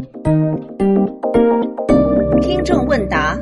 听众问答。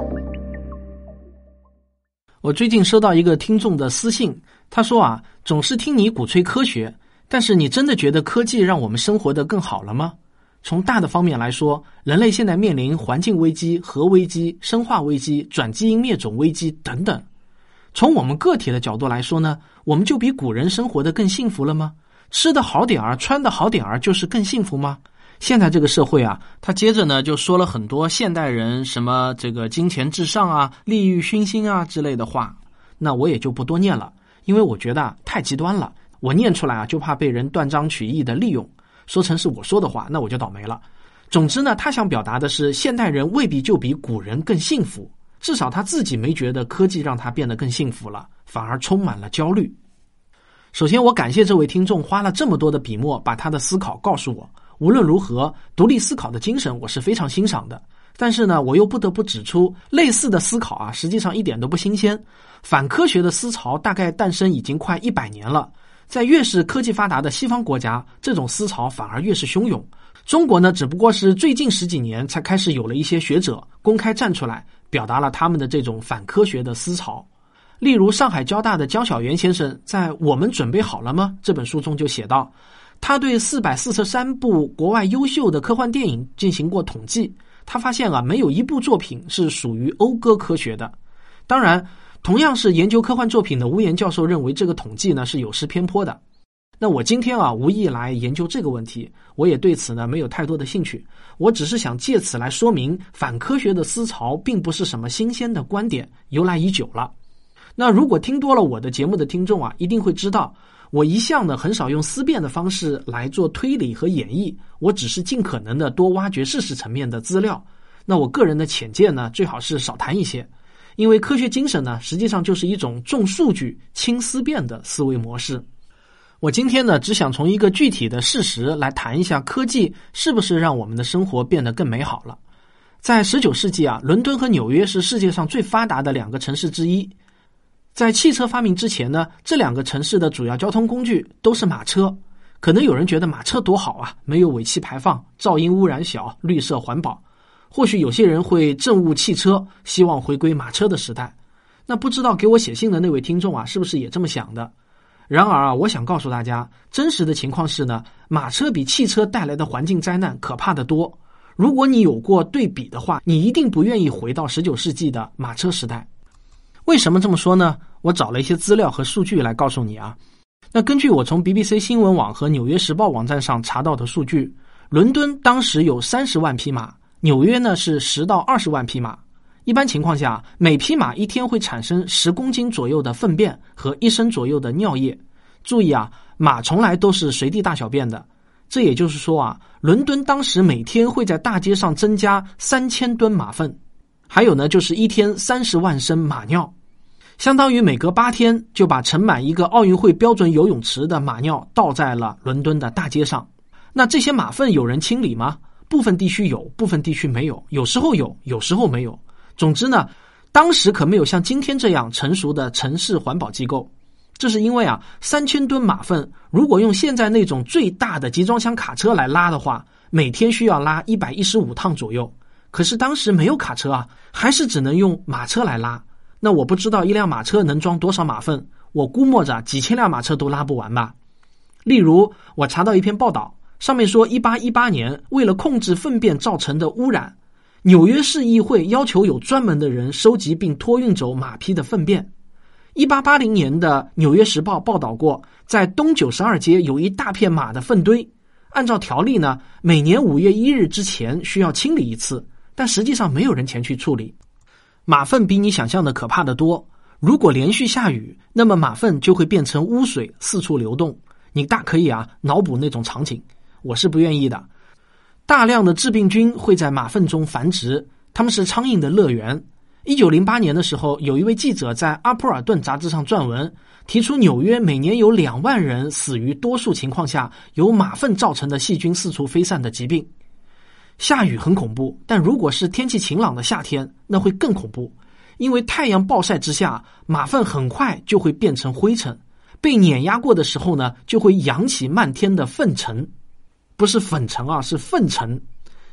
我最近收到一个听众的私信，他说总是听你鼓吹科学，但是你真的觉得科技让我们生活得更好了吗？从大的方面来说，人类现在面临环境危机、核危机、生化危机、转基因灭种危机等等。从我们个体的角度来说呢，我们就比古人生活得更幸福了吗？吃得好点儿，穿得好点儿，就是更幸福吗？现在这个社会他接着呢就说了很多现代人什么这个金钱至上利欲熏心之类的话，那我也就不多念了，因为我觉得太极端了，我念出来就怕被人断章取义的利用，说成是我说的话，那我就倒霉了。总之呢，他想表达的是现代人未必就比古人更幸福，至少他自己没觉得科技让他变得更幸福了，反而充满了焦虑。首先我感谢这位听众花了这么多的笔墨把他的思考告诉我，无论如何独立思考的精神我是非常欣赏的，但是呢我又不得不指出，类似的思考实际上一点都不新鲜，反科学的思潮大概诞生已经快100年了，在越是科技发达的西方国家，这种思潮反而越是汹涌。中国呢只不过是最近10几年才开始有了一些学者公开站出来表达了他们的这种反科学的思潮。例如上海交大的江晓原先生在《我们准备好了吗》这本书中就写道，他对443部国外优秀的科幻电影进行过统计，他发现没有一部作品是属于讴歌科学的。当然同样是研究科幻作品的吴岩教授认为这个统计呢是有失偏颇的。那我今天无意来研究这个问题，我也对此呢没有太多的兴趣，我只是想借此来说明反科学的思潮并不是什么新鲜的观点，由来已久了。那如果听多了我的节目的听众一定会知道，我一向呢很少用思辨的方式来做推理和演绎，我只是尽可能的多挖掘事实层面的资料。那我个人的浅见呢最好是少谈一些，因为科学精神呢实际上就是一种重数据轻思辨的思维模式。我今天呢只想从一个具体的事实来谈一下科技是不是让我们的生活变得更美好了。在19世纪伦敦和纽约是世界上最发达的2个城市之一。在汽车发明之前呢，这2个城市的主要交通工具都是马车。可能有人觉得马车多好没有尾气排放，噪音污染小，绿色环保。或许有些人会憎恶汽车，希望回归马车的时代。那不知道给我写信的那位听众是不是也这么想的？然而我想告诉大家，真实的情况是呢，马车比汽车带来的环境灾难可怕得多。如果你有过对比的话，你一定不愿意回到19世纪的马车时代。为什么这么说呢？我找了一些资料和数据来告诉你那根据我从 BBC 新闻网和纽约时报网站上查到的数据，伦敦当时有30万匹马，纽约呢是10到20万匹马。一般情况下，每匹马一天会产生10公斤左右的粪便和1升左右的尿液。注意马从来都是随地大小便的。这也就是说伦敦当时每天会在大街上增加3000吨马粪。还有呢，就是一天30万升马尿，相当于每隔8天就把盛满一个奥运会标准游泳池的马尿倒在了伦敦的大街上。那这些马粪有人清理吗？部分地区有，部分地区没有，有时候有，有时候没有。总之呢，当时可没有像今天这样成熟的城市环保机构。这是因为3000吨马粪如果用现在那种最大的集装箱卡车来拉的话，每天需要拉115趟左右。可是当时没有卡车还是只能用马车来拉。那我不知道一辆马车能装多少马粪，我估摸着几千辆马车都拉不完吧。例如我查到一篇报道，上面说1818年为了控制粪便造成的污染，纽约市议会要求有专门的人收集并托运走马匹的粪便。1880年的纽约时报报道过，在东92街有一大片马的粪堆，按照条例呢，每年5月1日之前需要清理一次，但实际上没有人前去处理。马粪比你想象的可怕得多，如果连续下雨，那么马粪就会变成污水四处流动。你大可以脑补那种场景，我是不愿意的。大量的致病菌会在马粪中繁殖，它们是苍蝇的乐园。1908年的时候，有一位记者在阿普尔顿杂志上撰文，提出纽约每年有2万人死于多数情况下由马粪造成的细菌四处飞散的疾病。下雨很恐怖，但如果是天气晴朗的夏天，那会更恐怖，因为太阳暴晒之下，马粪很快就会变成灰尘，被碾压过的时候呢，就会扬起漫天的粪尘。不是粉尘是粪尘。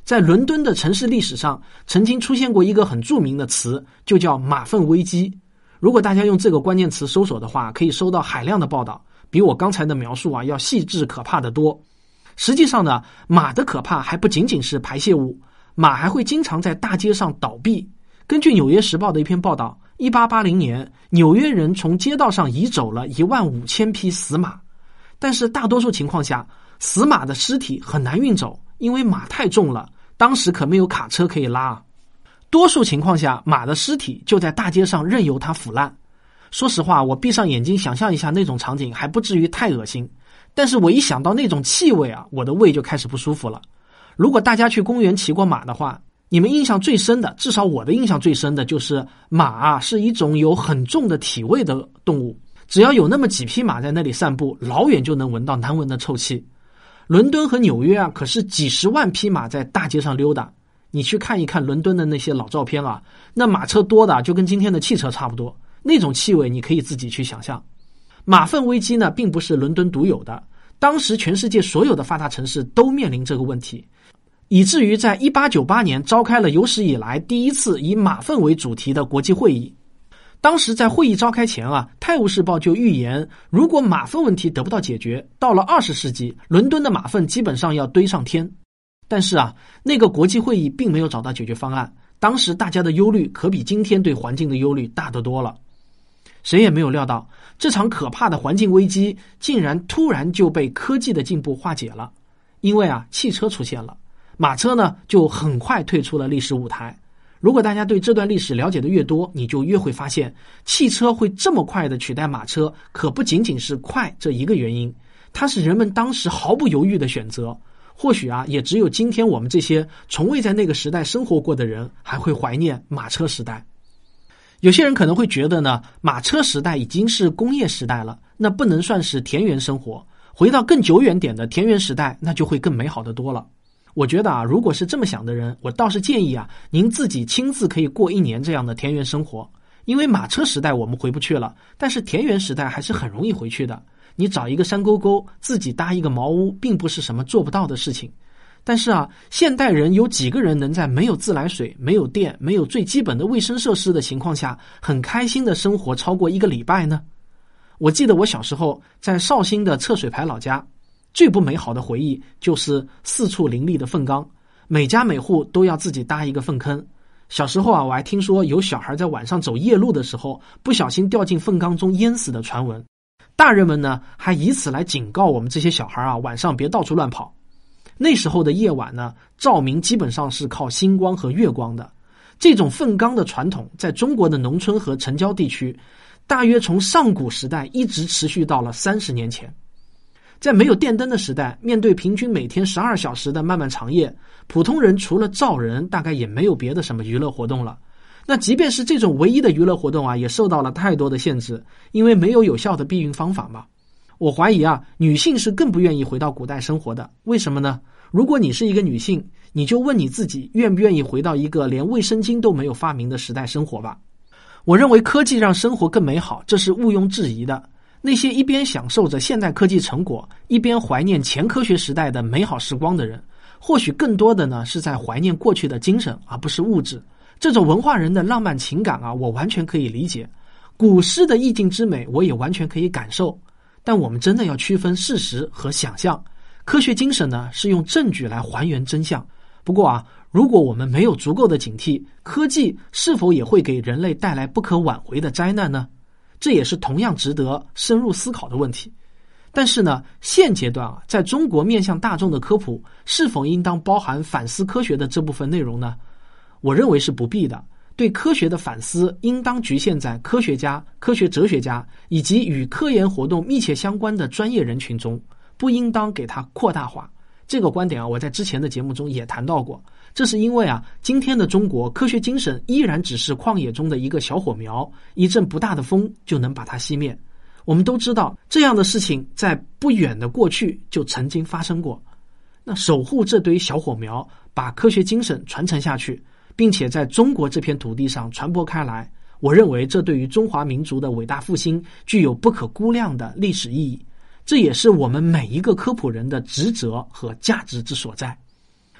在伦敦的城市历史上，曾经出现过一个很著名的词，就叫马粪危机。如果大家用这个关键词搜索的话，可以收到海量的报道，比我刚才的描述要细致可怕得多。实际上呢，马的可怕还不仅仅是排泄物，马还会经常在大街上倒闭。根据《纽约时报》的一篇报道，1880年，纽约人从街道上移走了15000匹死马。但是大多数情况下，死马的尸体很难运走，因为马太重了，当时可没有卡车可以拉。多数情况下，马的尸体就在大街上任由它腐烂。说实话，我闭上眼睛想象一下那种场景，还不至于太恶心。但是我一想到那种气味我的胃就开始不舒服了。如果大家去公园骑过马的话，你们印象最深的，至少我的印象最深的就是马是一种有很重的体味的动物。只要有那么几匹马在那里散步，老远就能闻到难闻的臭气。伦敦和纽约可是几十万匹马在大街上溜达。你去看一看伦敦的那些老照片那马车多的就跟今天的汽车差不多，那种气味你可以自己去想象。马粪危机呢，并不是伦敦独有的，当时全世界所有的发达城市都面临这个问题，以至于在1898年召开了有史以来第一次以马粪为主题的国际会议。当时在会议召开前泰晤士报就预言，如果马粪问题得不到解决，到了20世纪，伦敦的马粪基本上要堆上天。但是那个国际会议并没有找到解决方案，当时大家的忧虑可比今天对环境的忧虑大得多了。谁也没有料到，这场可怕的环境危机竟然突然就被科技的进步化解了。因为汽车出现了，马车呢就很快退出了历史舞台。如果大家对这段历史了解的越多，你就越会发现，汽车会这么快的取代马车，可不仅仅是快这一个原因，它是人们当时毫不犹豫的选择。或许也只有今天我们这些从未在那个时代生活过的人还会怀念马车时代。有些人可能会觉得呢，马车时代已经是工业时代了，那不能算是田园生活，回到更久远点的田园时代，那就会更美好的多了。我觉得如果是这么想的人，我倒是建议您自己亲自可以过1年这样的田园生活。因为马车时代我们回不去了，但是田园时代还是很容易回去的。你找一个山沟沟，自己搭一个茅屋，并不是什么做不到的事情。但是现代人有几个人能在没有自来水、没有电、没有最基本的卫生设施的情况下，很开心的生活超过1个礼拜呢？我记得我小时候在绍兴的侧水牌老家，最不美好的回忆就是四处林立的粪缸，每家每户都要自己搭一个粪坑。小时候我还听说有小孩在晚上走夜路的时候，不小心掉进粪缸中淹死的传闻。大人们呢，还以此来警告我们这些小孩晚上别到处乱跑。那时候的夜晚呢，照明基本上是靠星光和月光的。这种粪缸的传统在中国的农村和城郊地区，大约从上古时代一直持续到了30年前。在没有电灯的时代，面对平均每天12小时的漫漫长夜，普通人除了造人，大概也没有别的什么娱乐活动了。那即便是这种唯一的娱乐活动也受到了太多的限制，因为没有有效的避孕方法嘛。我怀疑女性是更不愿意回到古代生活的。为什么呢？如果你是一个女性，你就问你自己，愿不愿意回到一个连卫生巾都没有发明的时代生活吧。我认为科技让生活更美好，这是毋庸置疑的。那些一边享受着现代科技成果，一边怀念前科学时代的美好时光的人，或许更多的呢是在怀念过去的精神，而不是物质。这种文化人的浪漫情感我完全可以理解，古诗的意境之美我也完全可以感受。但我们真的要区分事实和想象，科学精神呢是用证据来还原真相。不过如果我们没有足够的警惕，科技是否也会给人类带来不可挽回的灾难呢？这也是同样值得深入思考的问题。但是呢，现阶段在中国面向大众的科普是否应当包含反思科学的这部分内容呢？我认为是不必的。对科学的反思应当局限在科学家、科学哲学家以及与科研活动密切相关的专业人群中，不应当给它扩大化。这个观点我在之前的节目中也谈到过。这是因为今天的中国科学精神依然只是旷野中的一个小火苗，一阵不大的风就能把它熄灭。我们都知道这样的事情在不远的过去就曾经发生过。那守护这堆小火苗，把科学精神传承下去，并且在中国这片土地上传播开来，我认为这对于中华民族的伟大复兴具有不可估量的历史意义。这也是我们每一个科普人的职责和价值之所在。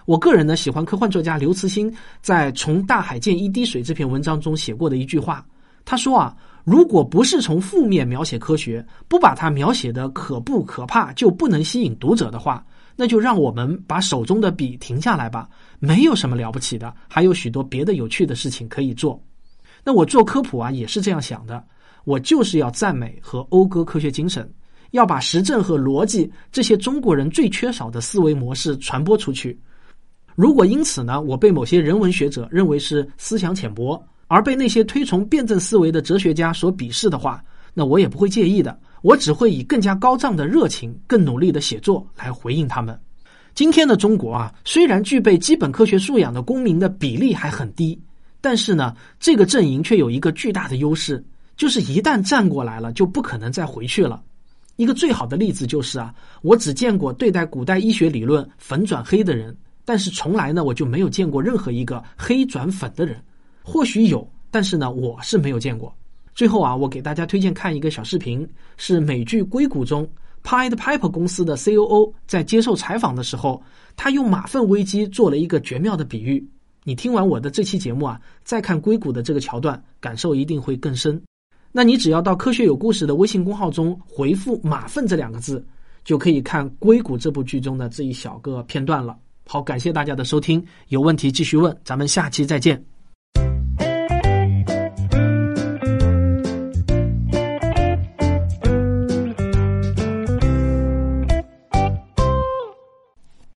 我个人呢喜欢科幻作家刘慈欣在《从大海见一滴水》这篇文章中写过的一句话，他说啊，如果不是从负面描写科学，不把它描写的可怖可怕，就不能吸引读者的话，那就让我们把手中的笔停下来吧，没有什么了不起的，还有许多别的有趣的事情可以做。那我做科普啊也是这样想的，我就是要赞美和讴歌科学精神，要把实证和逻辑这些中国人最缺少的思维模式传播出去。如果因此呢，我被某些人文学者认为是思想浅薄，而被那些推崇辩证思维的哲学家所鄙视的话，那我也不会介意的，我只会以更加高涨的热情，更努力的写作来回应他们。今天的中国啊，虽然具备基本科学素养的公民的比例还很低，但是呢，这个阵营却有一个巨大的优势，就是一旦站过来了，就不可能再回去了。一个最好的例子就是啊，我只见过对待古代医学理论粉转黑的人，但是从来呢，我就没有见过任何一个黑转粉的人。或许有，但是呢，我是没有见过。最后啊，我给大家推荐看一个小视频，是美剧《硅谷》中 Pied Piper 公司的 COO 在接受采访的时候，他用马粪危机做了一个绝妙的比喻。你听完我的这期节目啊，再看硅谷的这个桥段，感受一定会更深。那你只要到科学有故事的微信公号中回复马粪这2个字，就可以看硅谷这部剧中的这一小个片段了。好，感谢大家的收听，有问题继续问，咱们下期再见。